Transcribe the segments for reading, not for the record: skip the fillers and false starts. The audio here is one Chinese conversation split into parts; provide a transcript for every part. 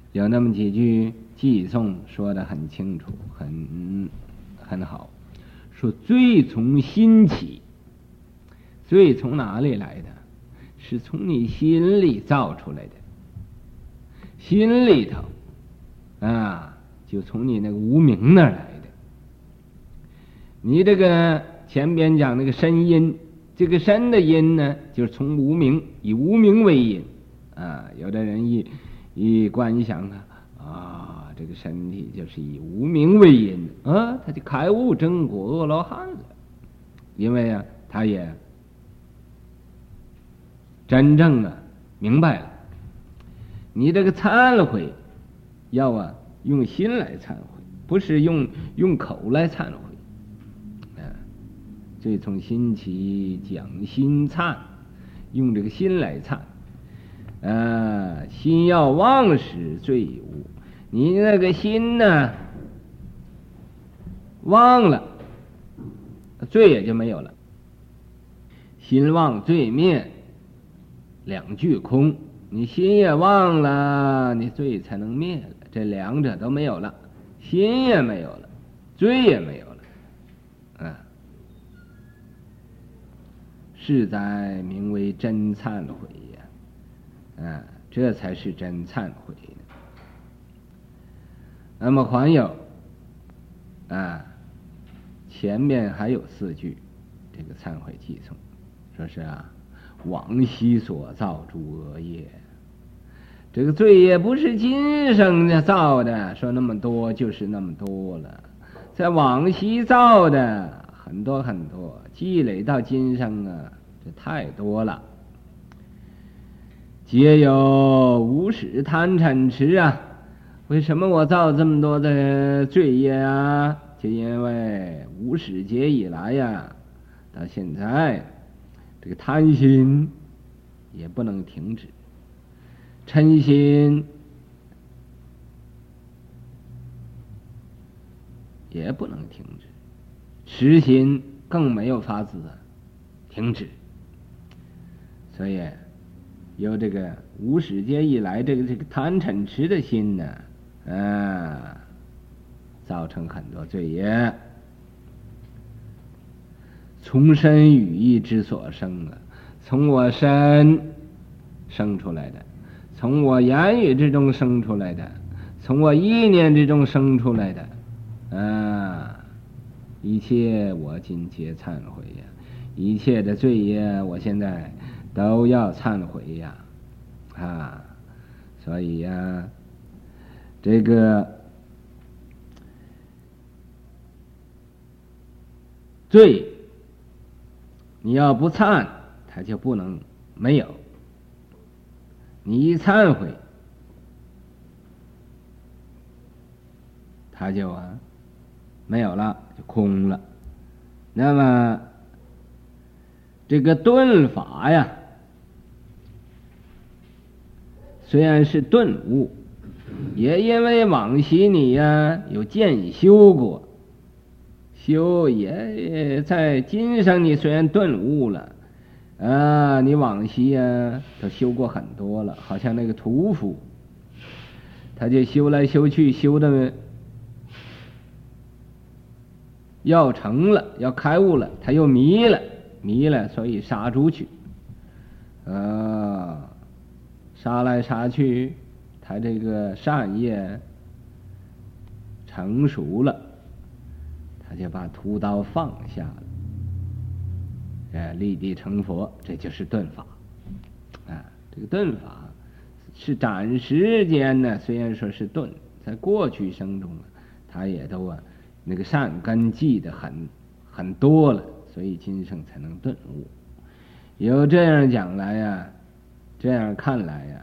有那么几句偈颂说得很清楚，很好，说罪从心起。罪从哪里来的？是从你心里造出来的，心里头就从你那个无明那儿来的。你这个前边讲那个身因，这个身的因呢，就是从无明，以无明为因有的人一观想这个身体就是以无明为因他就开悟正果阿罗汉了，因为他也真正明白了。你这个忏悔要用心来忏悔，不是用口来忏悔。罪从心起，讲心忏，用这个心来忏。心要忘时罪已无。你那个心呢，忘了，罪也就没有了。心忘罪灭，两俱空。你心也忘了，你罪才能灭了，这两者都没有了，心也没有了，罪也没有了。是在名为真忏悔呀，这才是真忏悔呢。那么还有前面还有4句这个忏悔偈颂，说是往昔所造诸恶业，这个罪业不是今生造的，说那么多就是那么多了，在往昔造的很多很多，积累到今生这太多了。皆有无始贪嗔痴为什么我造这么多的罪业就因为无始劫以来到现在这个贪心也不能停止，嗔心也不能停止，痴心更没有法子停止。所以有这个无始劫以来这个贪嗔痴的心造成很多罪业。从身语意之所生从我身生出来的，从我言语之中生出来的，从我意念之中生出来的一切我今皆忏悔一切的罪业我现在都要忏悔所以这个罪你要不忏它就不能没有，你一忏悔它就没有了，就空了。那么这个顿法虽然是顿悟，也因为往昔你有渐修过，修也在今生你虽然顿悟了你往昔都修过很多了，好像那个屠夫他就修来修去，修的要成了，要开悟了，他又迷了，所以杀猪去杀来杀去，他这个善业成熟了，他就把屠刀放下了立地成佛，这就是顿法这个顿法是暂时间虽然说是顿，在过去生中他也都那个善根记得很多了，所以今生才能顿悟。有这样讲来这样看来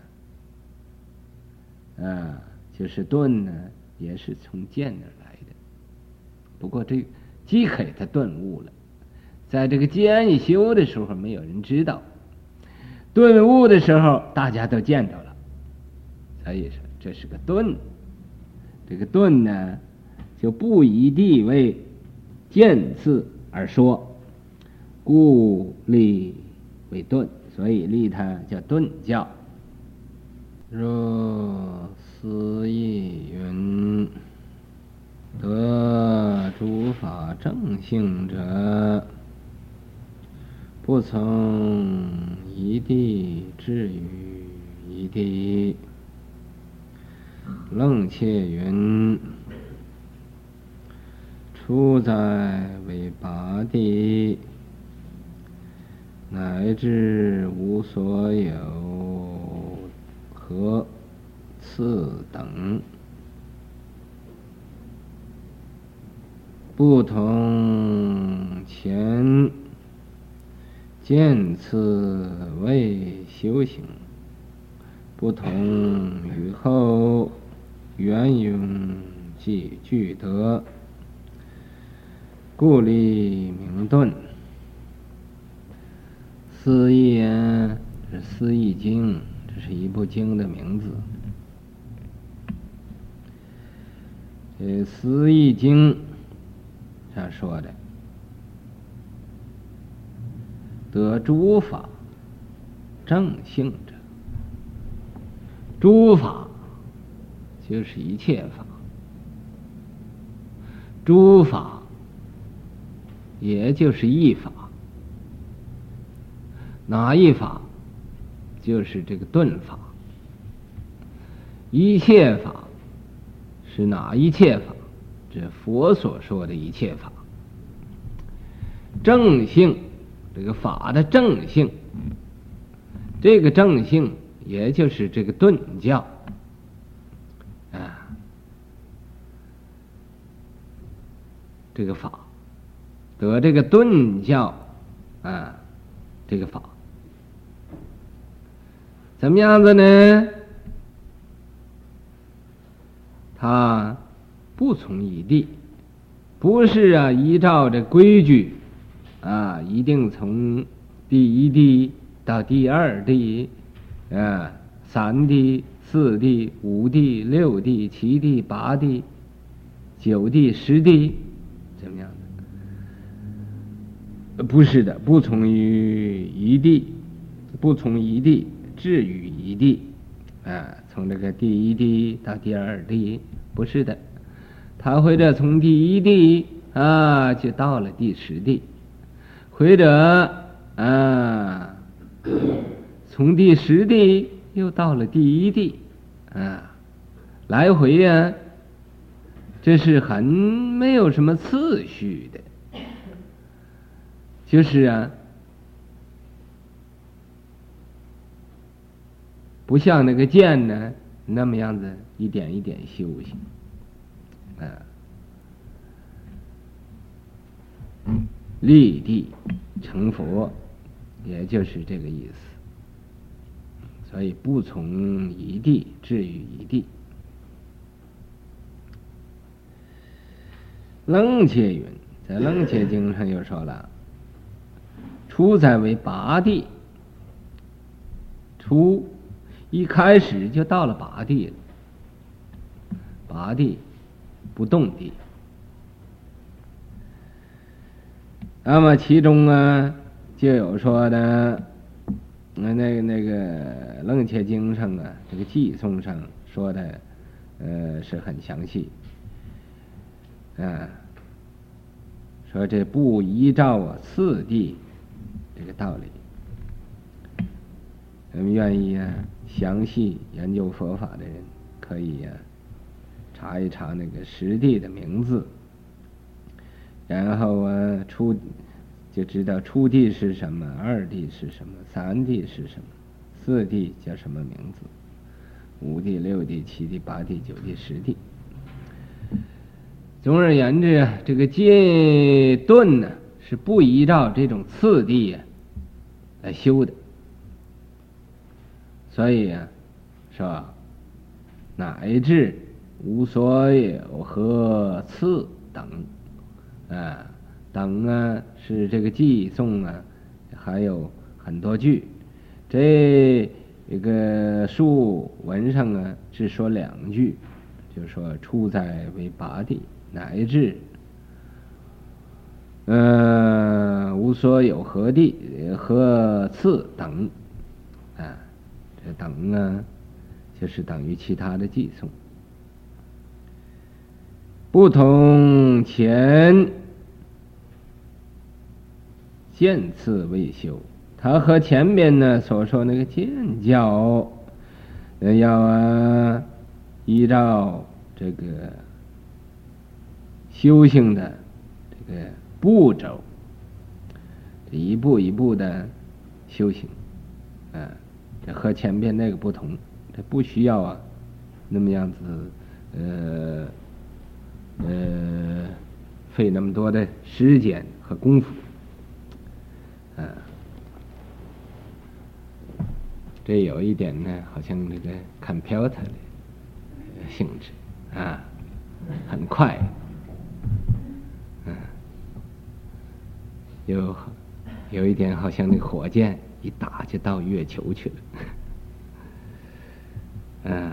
就是顿也是从见那儿来的，不过这既给他顿悟了，在这个见修的时候没有人知道，顿悟的时候大家都见着了，所以说这是个顿。这个顿呢就不以地为见次而说，故立为顿，所以立它叫顿教。若思性者，不从一地至于一地。楞切云：出在为八地，乃至无所有和次等，不同前见次为修行，不同于后缘用即具得，故立名顿。思义是思义经，这是一部经的名字。思义经上说的，得诸法正性者，诸法就是一切法，诸法也就是一法，哪一法？就是这个顿法。一切法是哪一切法？这佛所说的一切法。正性，这个法的正性，这个正性也就是这个顿教啊，这个法得这个顿教啊，这个法怎么样子呢？他不从一地，不是依照这规矩一定从第一地到第二地三地、四地、五地、六地、七地、八地、九地、十地，怎么样的？不是的，不从于一地，不从一地至于一地从这个第一地到第二地，不是的，他或者从第一地就到了第十地，或者从第十地又到了第一地来回这是很没有什么次序的，就是不像那个剑呢那么样子一点一点修行立地成佛，也就是这个意思。所以不从一地至于一地。楞伽云，在楞伽经上又说了，出在为八地，出一开始就到了八地了，八地不动地。那么其中就有说的那个楞伽经上这个偈颂上说的是很详细说这不依照次第这个道理。我们愿意详细研究佛法的人可以查一查那个十地的名字，然后就知道初地是什么，二地是什么，三地是什么，四地叫什么名字，五地、六地、七地、八地、九地、十地。总而言之这个戒顿是不依照这种次第来修的，所以是吧？乃至无所有和次等等是这个偈颂还有很多句，这个述文上只说两句，就说出在为八地，乃至无所有和地和次等这等就是等于其他的偈颂。不同前见次未修。他和前边呢所说那个见教，要依照这个修行的这个步骤，一步一步的修行，这和前边那个不同，这不需要那么样子，费那么多的时间和功夫，这有一点呢，好像这个看飘它的性质很快，有一点好像那火箭一打就到月球去了，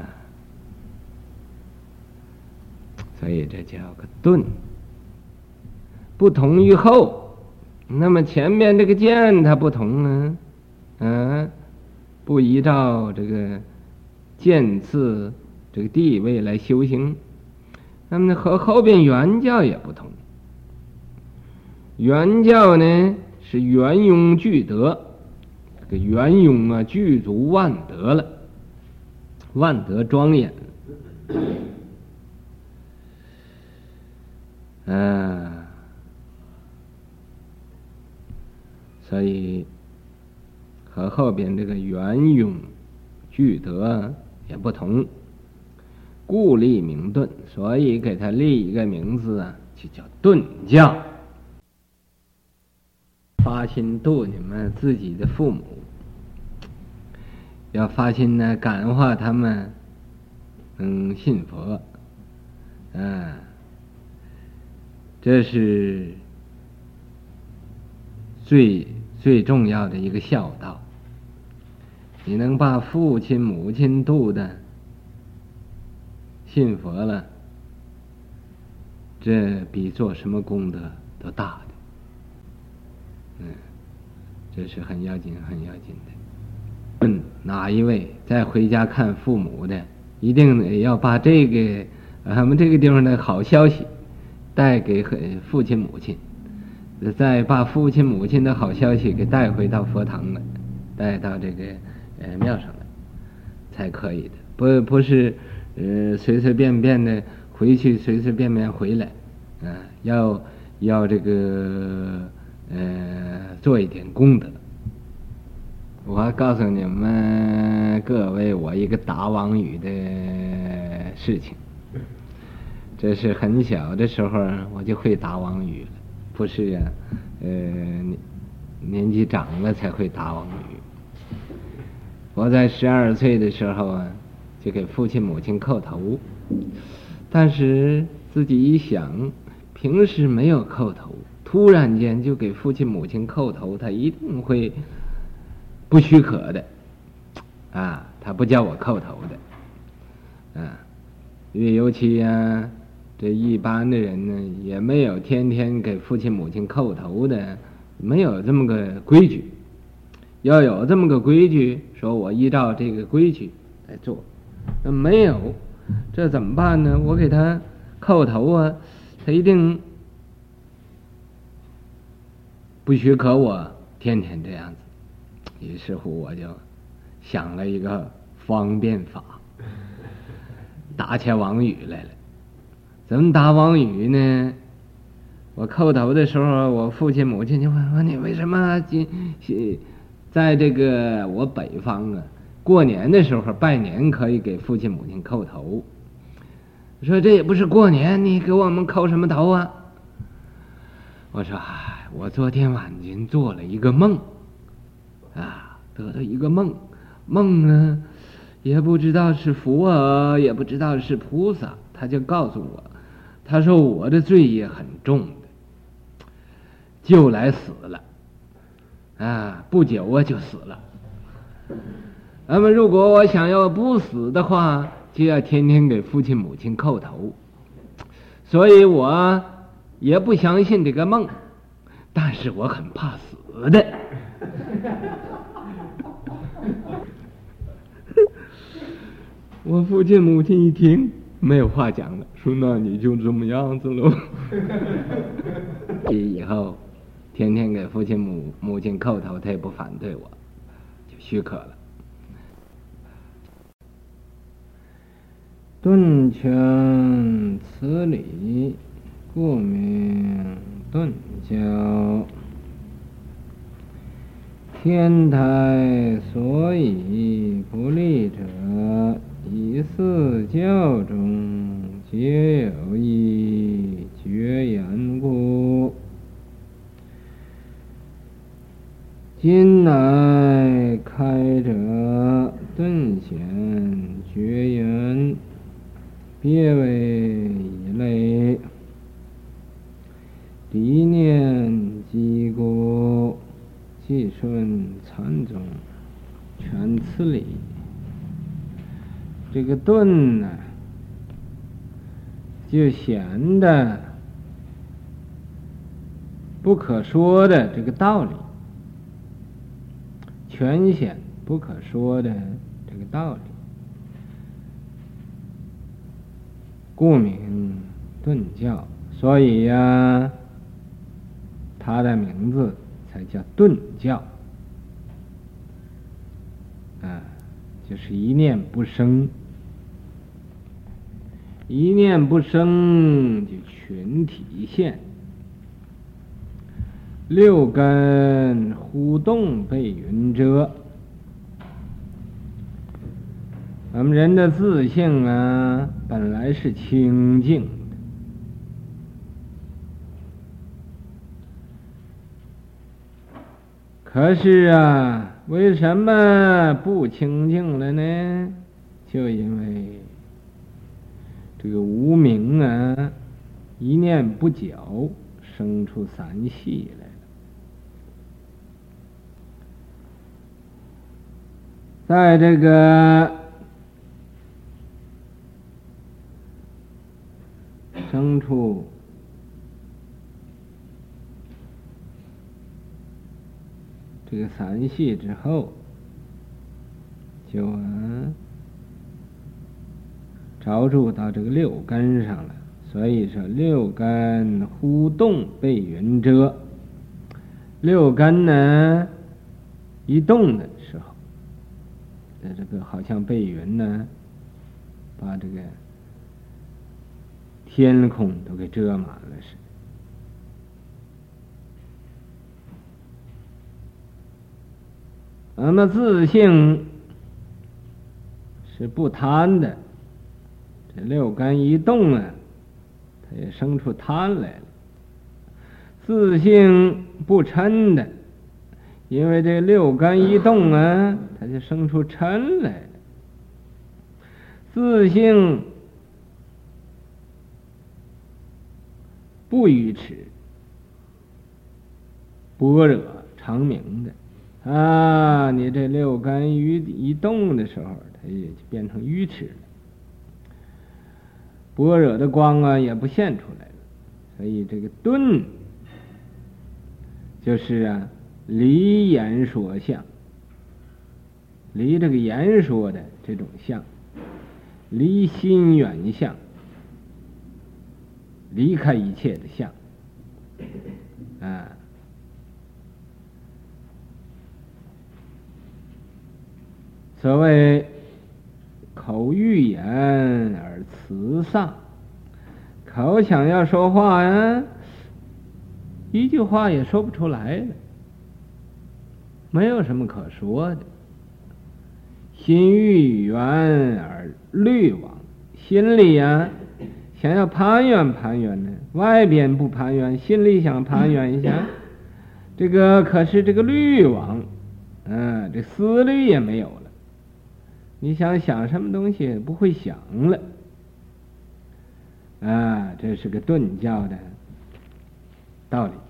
所以这叫个顿，不同于后。那么前面这个见它不同不依照这个见次这个地位来修行，那么和后边原教也不同。原教呢是圆庸具德，这个圆庸具足万德了，万德庄严，所以和后边这个圆庸具德也不同，故立名顿，所以给他立一个名字就叫顿教。发心度你们自己的父母，要发心呢感化他们信佛，这是最重要的一个孝道。你能把父亲母亲度的信佛了，这比做什么功德都大的。这是很要紧很要紧的。哪一位再回家看父母的，一定要把这个我们这个地方的好消息带给父亲母亲，再把父亲母亲的好消息给带回到佛堂来，带到这个庙上来才可以的。不是随随便便的回去，随随便便回来，要这个做一点功德。我告诉你们各位，我一个打网语的事情。这是很小的时候我就会打网语了，不是年纪长了才会打网语。我在12岁的时候就给父亲母亲叩头，但是自己一想，平时没有叩头，突然间就给父亲母亲叩头，他一定会不许可的他不叫我叩头的因为尤其这一般的人呢也没有天天给父亲母亲叩头的，没有这么个规矩。要有这么个规矩，说我依照这个规矩来做，那没有，这怎么办呢？我给他叩头他一定不许可我天天这样子。于是乎我就想了一个方便法，打起网语来了。怎么打网语呢？我叩头的时候，我父亲母亲就问我，你为什么在这个我北方过年的时候拜年可以给父亲母亲叩头，说这也不是过年，你给我们叩什么头啊？我说我昨天晚间做了一个梦得到一个梦呢也不知道是佛也不知道是菩萨，他就告诉我，他说我的罪业很重的，就来死了不久就死了。那么如果我想要不死的话，就要天天给父亲母亲叩头，所以我也不相信这个梦，但是我很怕死的。我父亲母亲一听没有话讲了，说那你就这么样子喽。以后天天给父亲母亲叩头，他也不反对我，就许可了。顿劝此理，故名顿教。天台所以不立者，以四教中皆有一绝言故。今乃开者，顿显绝言，别为一类，理念机故，既顺禅宗，全此理。这个顿呢，就显得不可说的这个道理，全显不可说的这个道理，故名顿教。所以呀，他的名字才叫顿教啊，就是一念不生，一念不生就群体现，六根互动被云遮。我们人的自性啊，本来是清净的，可是啊，为什么不清净了呢？就因为这个无明啊，一念不矫，生出三系来了。在这个生出这个三系之后，就着住到这个六根上了。所以说六根互动被云遮。六根呢一动的时候，这个好像被云呢把这个天空都给遮满了似的。那么自性是不贪的，这六根一动啊，它也生出贪来了。自性不嗔的，因为这六根一动啊，它就生出嗔来了。自性不愚痴，般若常明的啊，你这六根一动的时候，它也就变成愚痴了，般若的光啊也不现出来了。所以这个顿就是啊，离言说相，离这个言说的这种相，离心远相，离开一切的相啊。所谓口欲言而辞丧，口想要说话呀，一句话也说不出来了，没有什么可说的。心欲远而虑往，心里呀想要攀援呢，外边不攀援，心里想攀援一下，这个可是这个虑往，这思虑也没有了。你想什么东西不会想了啊，这是个顿教的道理。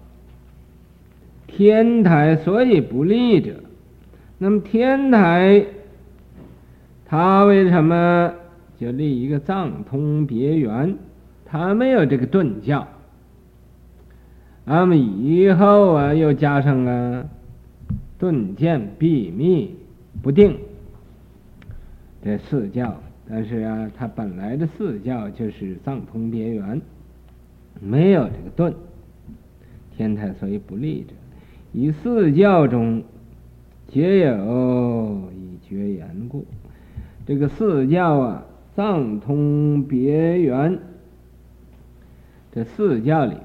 天台所以不立者，那么天台他为什么就立一个藏通别圆？他没有这个顿教，那么以后啊又加上了顿渐闭密不定这四教，但是啊，它本来的四教就是藏通别圆，没有这个顿。 天台所以不立者，以四教中皆有以绝言故。这个四教啊，藏通别圆，这四教里边，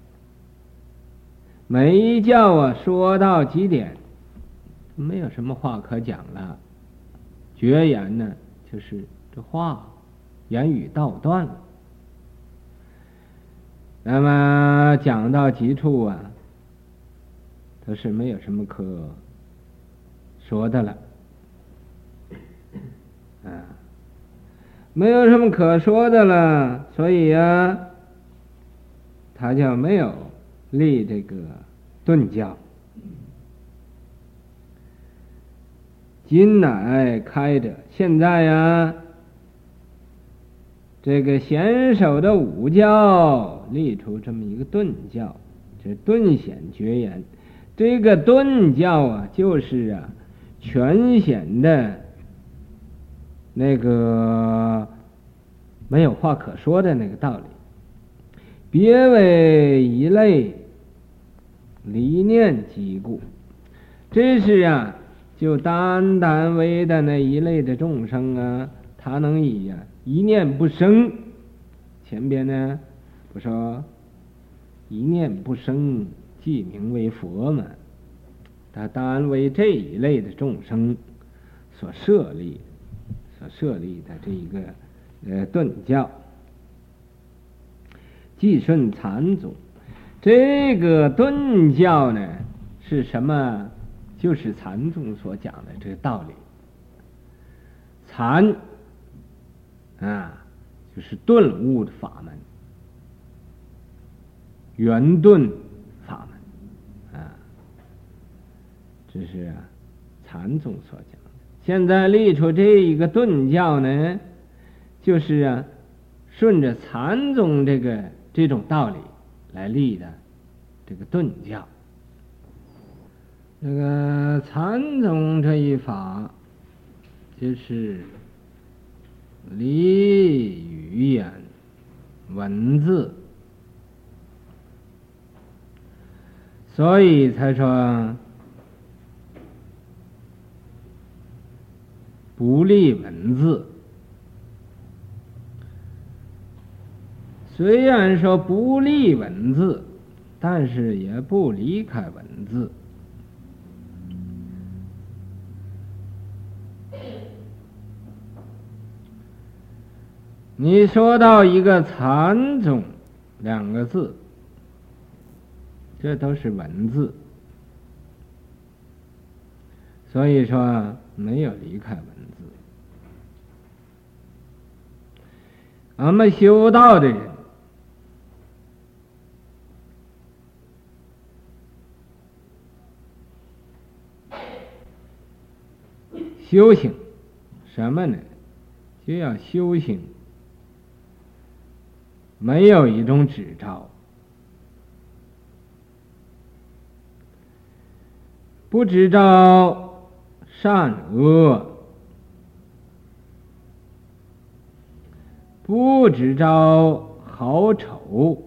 每一教啊说到极点，没有什么话可讲了。绝言呢，就是这话言语道断了。那么讲到极处啊，都是没有什么可说的了啊，没有什么可说的了，所以啊，他就没有立这个顿教。今乃开者，现在呀，这个显首的五教立出这么一个顿教，这顿显绝言。这个顿教啊，就是啊全显的那个没有话可说的那个道理，别为一类离念机故。这是啊，就单单为的那一类的众生啊，他能以啊一念不生。前边呢不说一念不生即名为佛嘛，他单为这一类的众生所设立的这一个顿教，即顺禅宗。这个顿教呢是什么？就是禅宗所讲的这个道理。禅啊，就是顿悟的法门，圆顿法门啊，这是啊禅宗所讲的。现在立出这一个顿教呢，就是啊顺着禅宗这种道理来立的这个顿教。这个禅宗这一法，就是离语言文字，所以才说不立文字。虽然说不立文字，但是也不离开文字。你说到一个禅宗两个字，这都是文字，所以说没有离开文字。俺们修道的人，修行什么呢？就要修行，没有一种指招，不指招善恶，不指招好丑，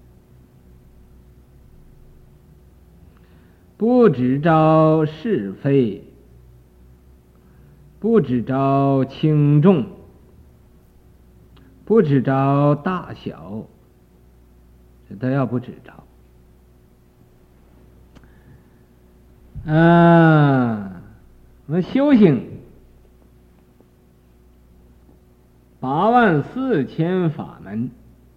不指招是非，不指招轻重，不指招大小，这都要不指招。我们修行84000法门，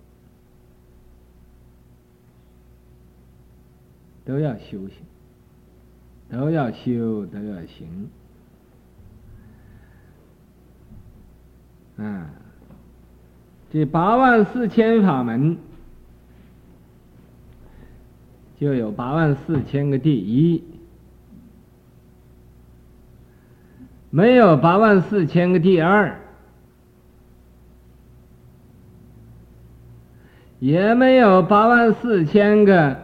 都要修行，都要修，都要行。这84000法门，就有84000个第一，没有84000个第二，也没有84000个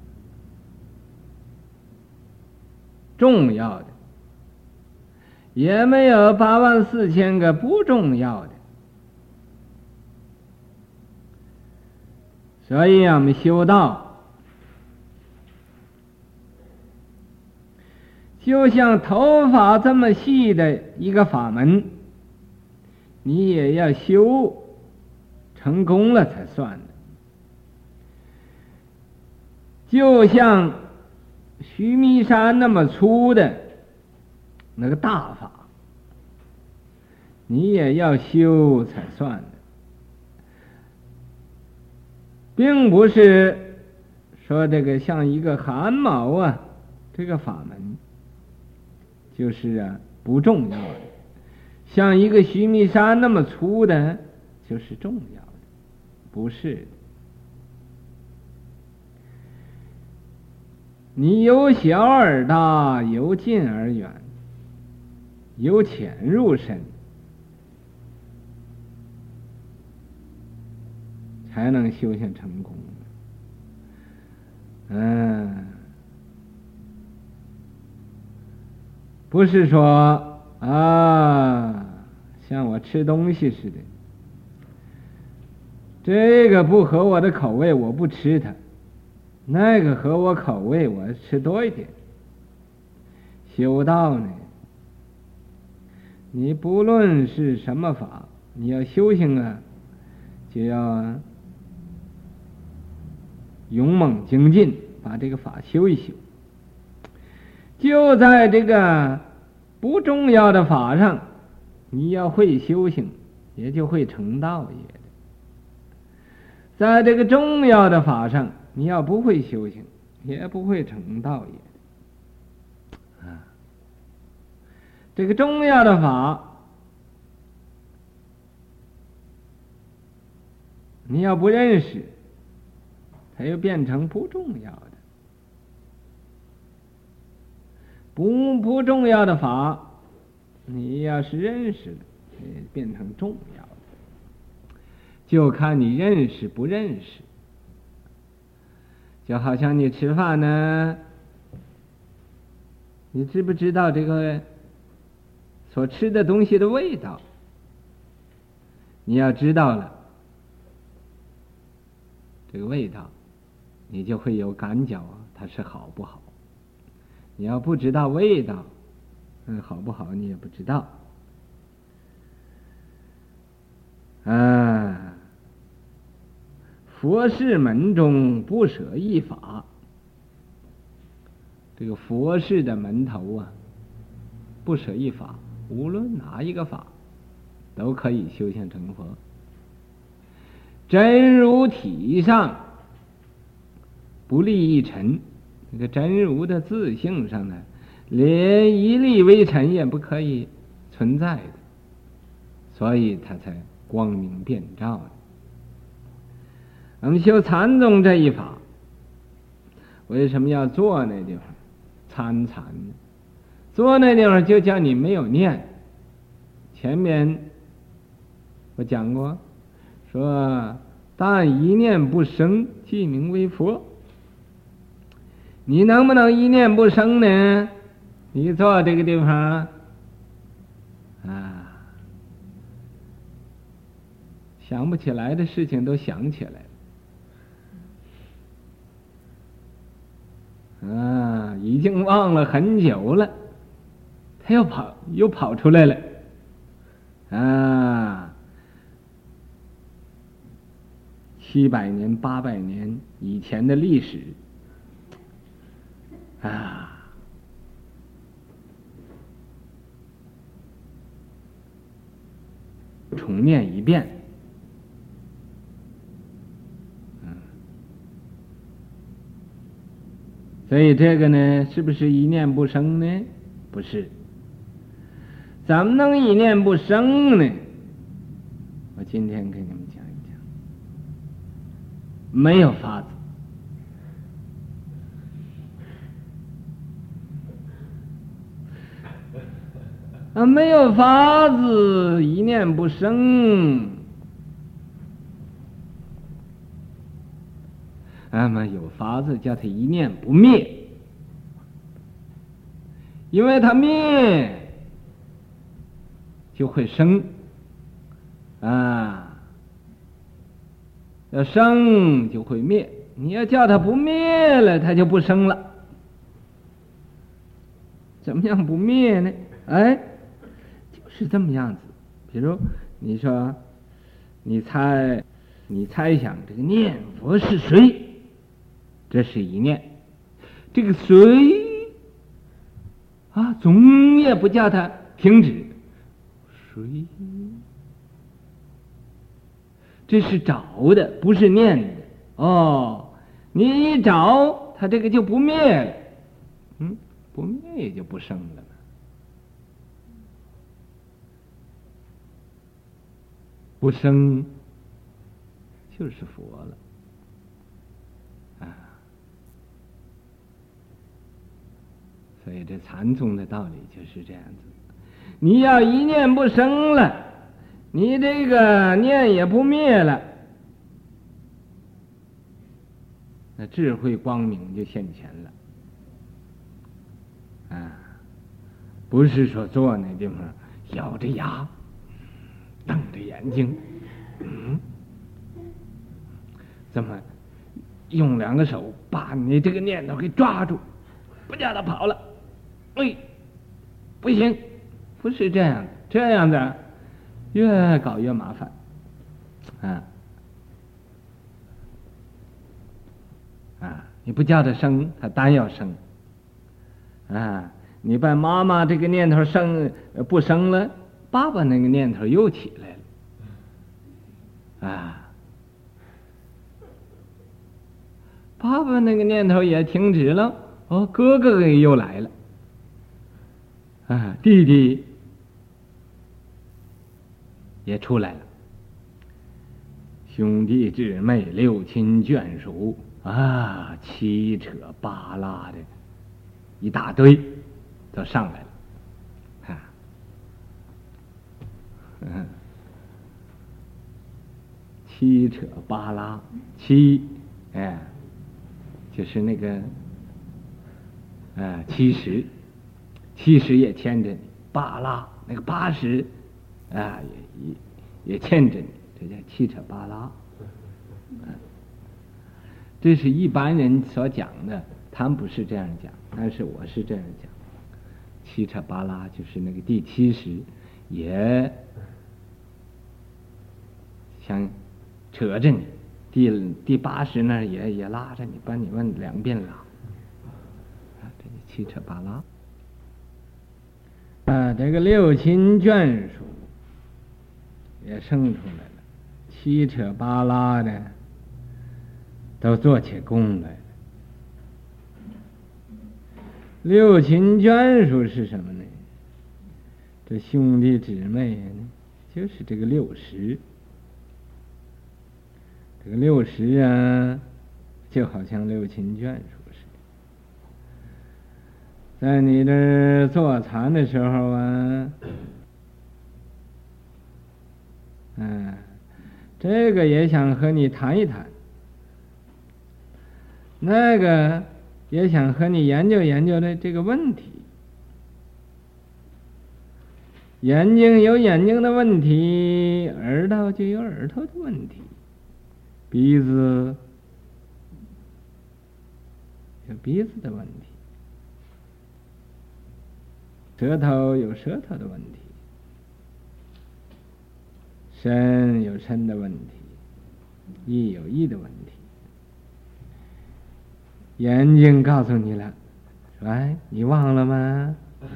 重要的，也没有84000个不重要的。所以我们修道就像头发这么细的一个法门，你也要修成功了才算的。就像须弥山那么粗的那个大法，你也要修才算的，并不是说这个像一个汗毛啊，这个法门就是不重要的，像一个须弥山那么粗的就是重要的，不是的。你由小而大，由近而远，由浅入深，才能修行成功。不是说像我吃东西似的，这个不合我的口味，我不吃它。那个合我口味，我吃多一点。修道呢，你不论是什么法，你要修行就要勇猛精进，把这个法修一修。就在这个不重要的法上，你要会修行，也就会成道也的。在这个重要的法上，你要不会修行，也不会成道也。这个重要的法，你要不认识，它又变成不重要的。不重要的法，你要是认识了，也变成重要的。就看你认识不认识。就好像你吃饭呢，你知不知道这个所吃的东西的味道？你要知道了这个味道，你就会有感觉它是好不好。你要不知道味道，好不好你也不知道。佛事门中不舍一法，这个佛事的门头不舍一法，无论哪一个法都可以修行成佛。真如体上不立一尘，这个真如的自性上呢，连一粒微尘也不可以存在的，所以它才光明遍照的。我们修禅宗这一法，为什么要坐那地方参禅呢？坐那地方就叫你没有念。前面我讲过，说但一念不生，即名为佛。你能不能一念不生呢？你坐这个地方想不起来的事情都想起来了。已经忘了很久了，他又跑出来了。700年、800年以前的历史重念一遍。所以这个呢，是不是一念不生呢？不是。怎么能一念不生呢？我今天给你们讲一讲，没有法子。没有法子，一念不生。那么有法子叫它一念不灭，因为它灭就会生要生就会灭，你要叫它不灭了，它就不生了。这怎么样不灭呢？哎，就是这么样子。比如你说，你猜想这个念佛是谁？这是一念，这个谁啊，总也不叫它停止。谁？这是找的，不是念的。哦，你一找，它这个就不灭了。不灭也就不生了。不生就是佛了啊！所以这禅宗的道理就是这样子。你要一念不生了，你这个念也不灭了，那智慧光明就现前了啊！不是说坐那地方咬着牙瞪着眼睛，怎么用两个手把你这个念头给抓住，不叫他跑了？哎，不行，不是这样的，这样的越搞越麻烦你不叫他生，他单要生你把妈妈这个念头不生了，爸爸那个念头又起来了爸爸那个念头也停止了，哥哥又来了弟弟也出来了，兄弟姊妹六亲眷属七扯八拉的一大堆都上来了七扯八拉，就是那个70也牵着你，八拉那个80也牵着你，这叫七扯八拉这是一般人所讲的，他们不是这样讲，但是我是这样讲。七扯八拉就是那个第70也想扯着你，第80那也拉着你，把你往两边拉这就七扯八拉这个六亲眷属也生出来了，七扯八拉的都做起功来了。六亲眷属是什么呢？这兄弟姊妹呢，就是这个60。这个60就好像六亲眷属似的。在你这坐禅的时候这个也想和你谈一谈，那个也想和你研究研究的这个问题。眼睛有眼睛的问题，耳朵就有耳朵的问题，鼻子有鼻子的问题，舌头有舌头的问题，身有身的问题，意有意的问题。眼睛告诉你了，说你忘了吗？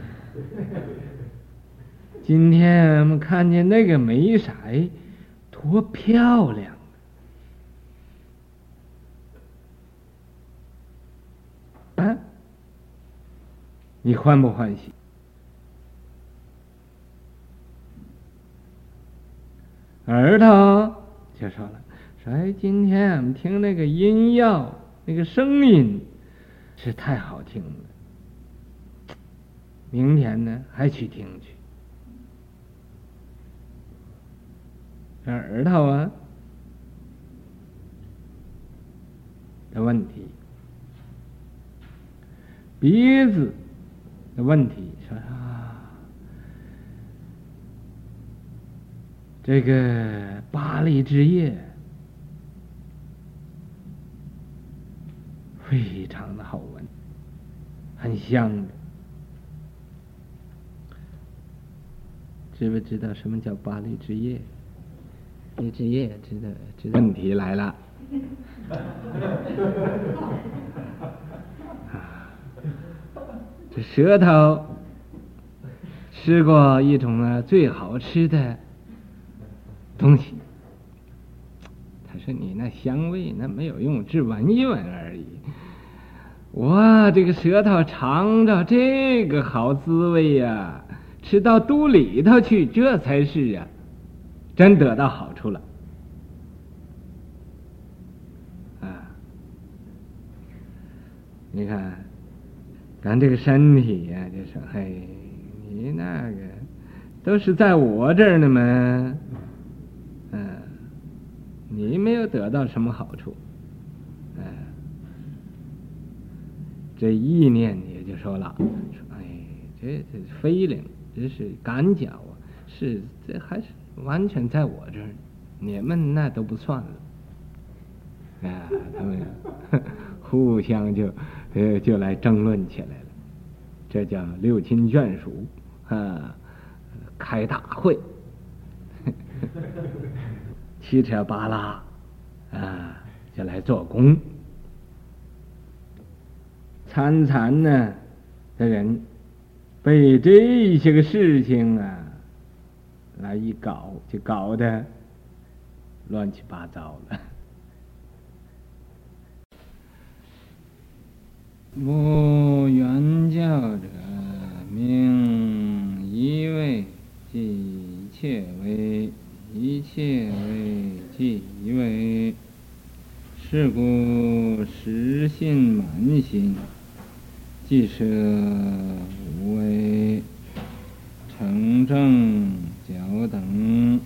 今天我们看见那个梅色多漂亮你欢不欢喜？耳朵就说了，说今天我们听那个音药，那个声音是太好听了，明天呢还去听去。耳朵的问题，鼻子的问题，说这个巴黎之夜非常的好闻，很香的知不知道什么叫巴黎之夜？ 你职业知道。 问题来了，这舌头吃过一种最好吃的东西，他说你那香味那没有用，只闻一闻而已。哇，这个舌头尝着这个好滋味呀，吃到肚里头去，这才是啊，真得到好处了。你看，咱这个身体呀，就说嘿，你那个都是在我这儿呢嘛，你没有得到什么好处，这意念也就说了，说哎，这非灵，这是赶脚啊，是这还是完全在我这儿，你们那都不算了。他们互相就来争论起来了，这叫六亲眷属开大会，七扯八拉就来做工。参禅呢的人被这些个事情来一搞，就搞得乱七八糟了。无原教者，名一味，即一切为；一切为，即一味。是故实信满心，即舍无为，成正教等，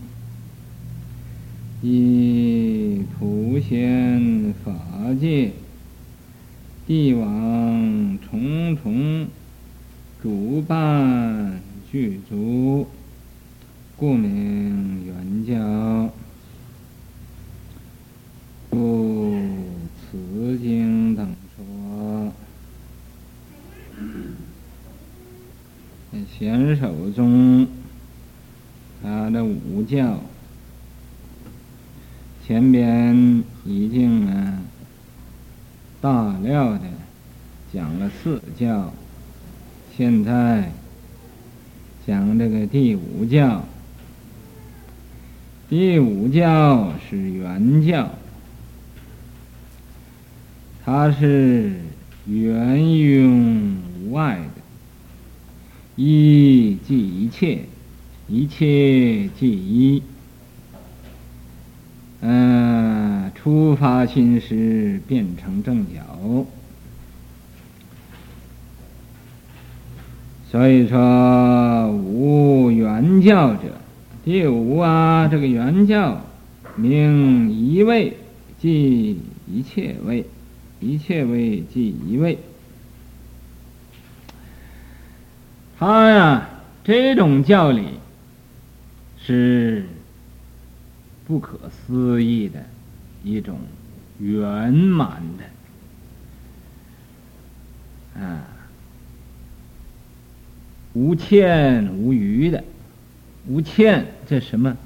以普贤法界。帝王重重主办具足，故名原教。故此经等说，贤首中他的五教前边已经大料的讲了四教，现在讲这个第五教。第五教是原教，它是源涌无碍的，一即一切，一切即一。出发心时变成正觉，所以说无原教者。第五这个原教名一味，即一切味，一切味即一味。它这种教理是不可思议的一种圆满的无欠无余的。无欠这什么？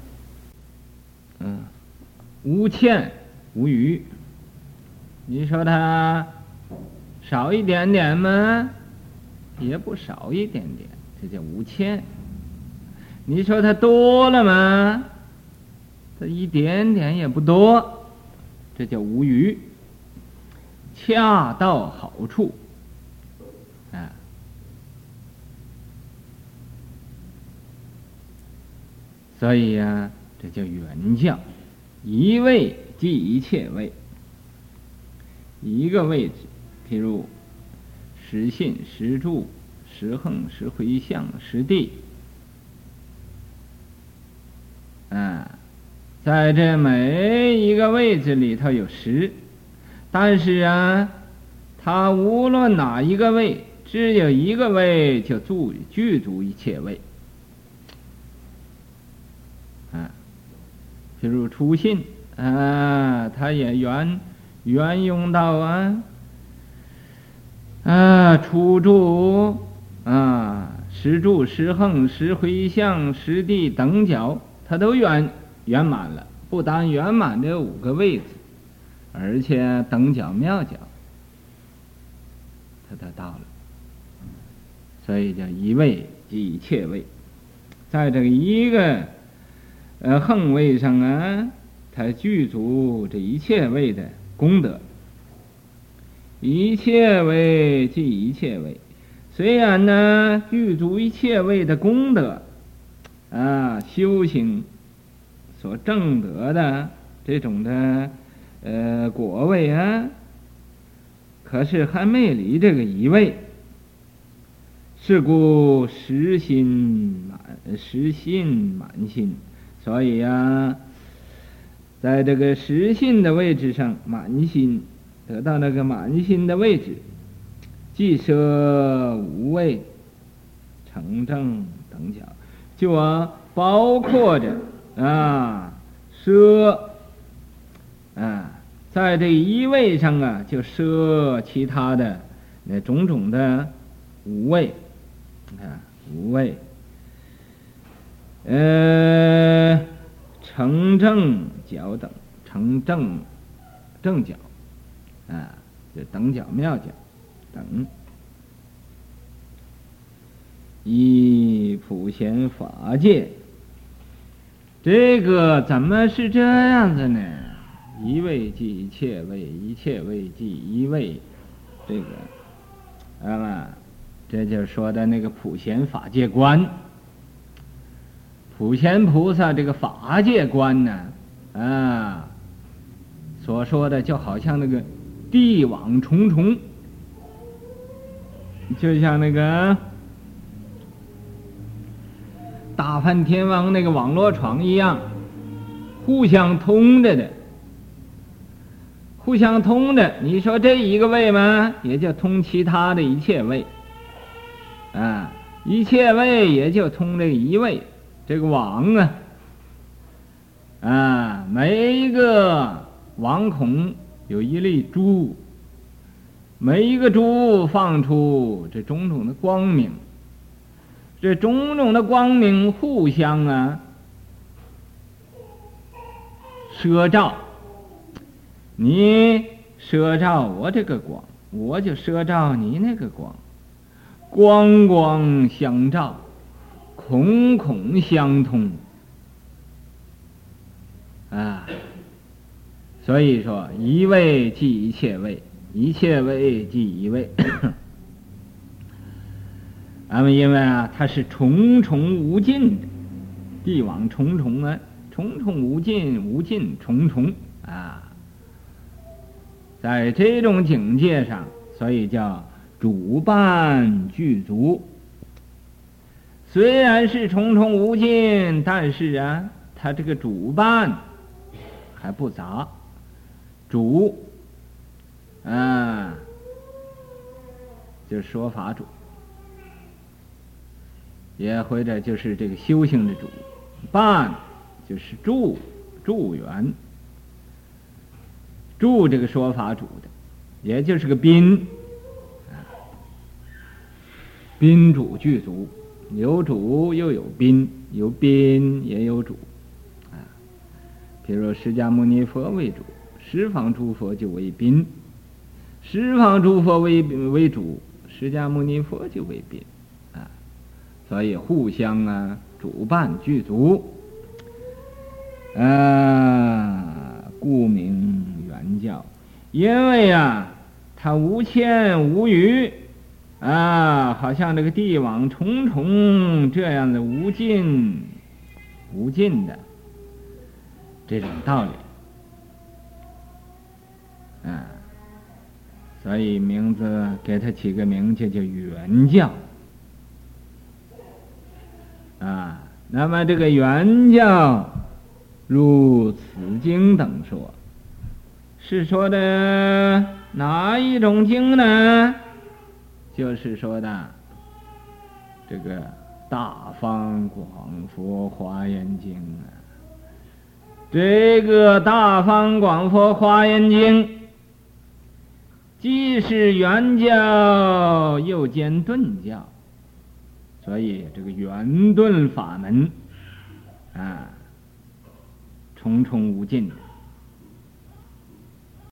无欠无余。你说它少一点点吗？也不少一点点，这叫无欠。你说它多了吗？它一点点也不多，这叫无余，恰到好处所以这叫原教，一味即一切味。一个位置，譬如十信、十住、十横、十回向、十地在这每一个位置里头有十，但是它无论哪一个位，只有一个位就具足一切位譬如初信它也缘用到初住十住、十横、十回向、十地等角，它都圆满了。不但圆满这5个位置，而且等角妙角，它都到了。所以叫一位即一切位。在这个一个横位上啊，它具足这一切位的功德。一切位即一切位，虽然呢具足一切位的功德啊，修行所证得的这种的果位啊，可是还没离这个一位。是故实心满心，所以啊，在这个实心的位置上，满心得到那个满心的位置，即摄无畏成正等角，就包括着摄在这一位上啊，就摄其他的那种种的无畏。无畏，成正角等，成正角，就等角妙角等，以普贤法界。这个怎么是这样子呢？一位即一切位，一切位即一位，这个这就是说的那个普贤法界观。普贤菩萨这个法界观呢，所说的就好像那个地网重重，就像那个大梵天王那个网络床一样，互相通着的。互相通着，你说这一个位吗？也就通其他的一切位。一切位也就通这一位，这个网每一个网孔有一粒珠，每一个珠放出这种种的光明，这种种的光明互相摄照，你摄照我这个光，我就摄照你那个光。光光相照，孔孔相通所以说一位即一切位，一切位即一位。因为它是重重无尽的，地网重重重重无尽，无尽重重在这种境界上，所以叫主伴具足。虽然是重重无尽，但是它这个主伴还不杂。主就是说法主，也或者就是这个修行的主。伴就是助缘，助这个说法主的，也就是个宾。宾主具足，有主又有宾，有宾也有主比如释迦牟尼佛为主，十方诸佛就为宾，十方诸佛为主，释迦牟尼佛就为宾所以互相主伴具足故名圆教。因为它无牵无余好像这个地网重重这样的无尽的这种道理所以名字给它起个名就叫圆教那么这个圆教如此经等说，是说的哪一种经呢？就是说的这个大方广佛华严经这个大方广佛华严经既是圆教又兼顿教， 所以这个圆顿法门啊，重重无尽的。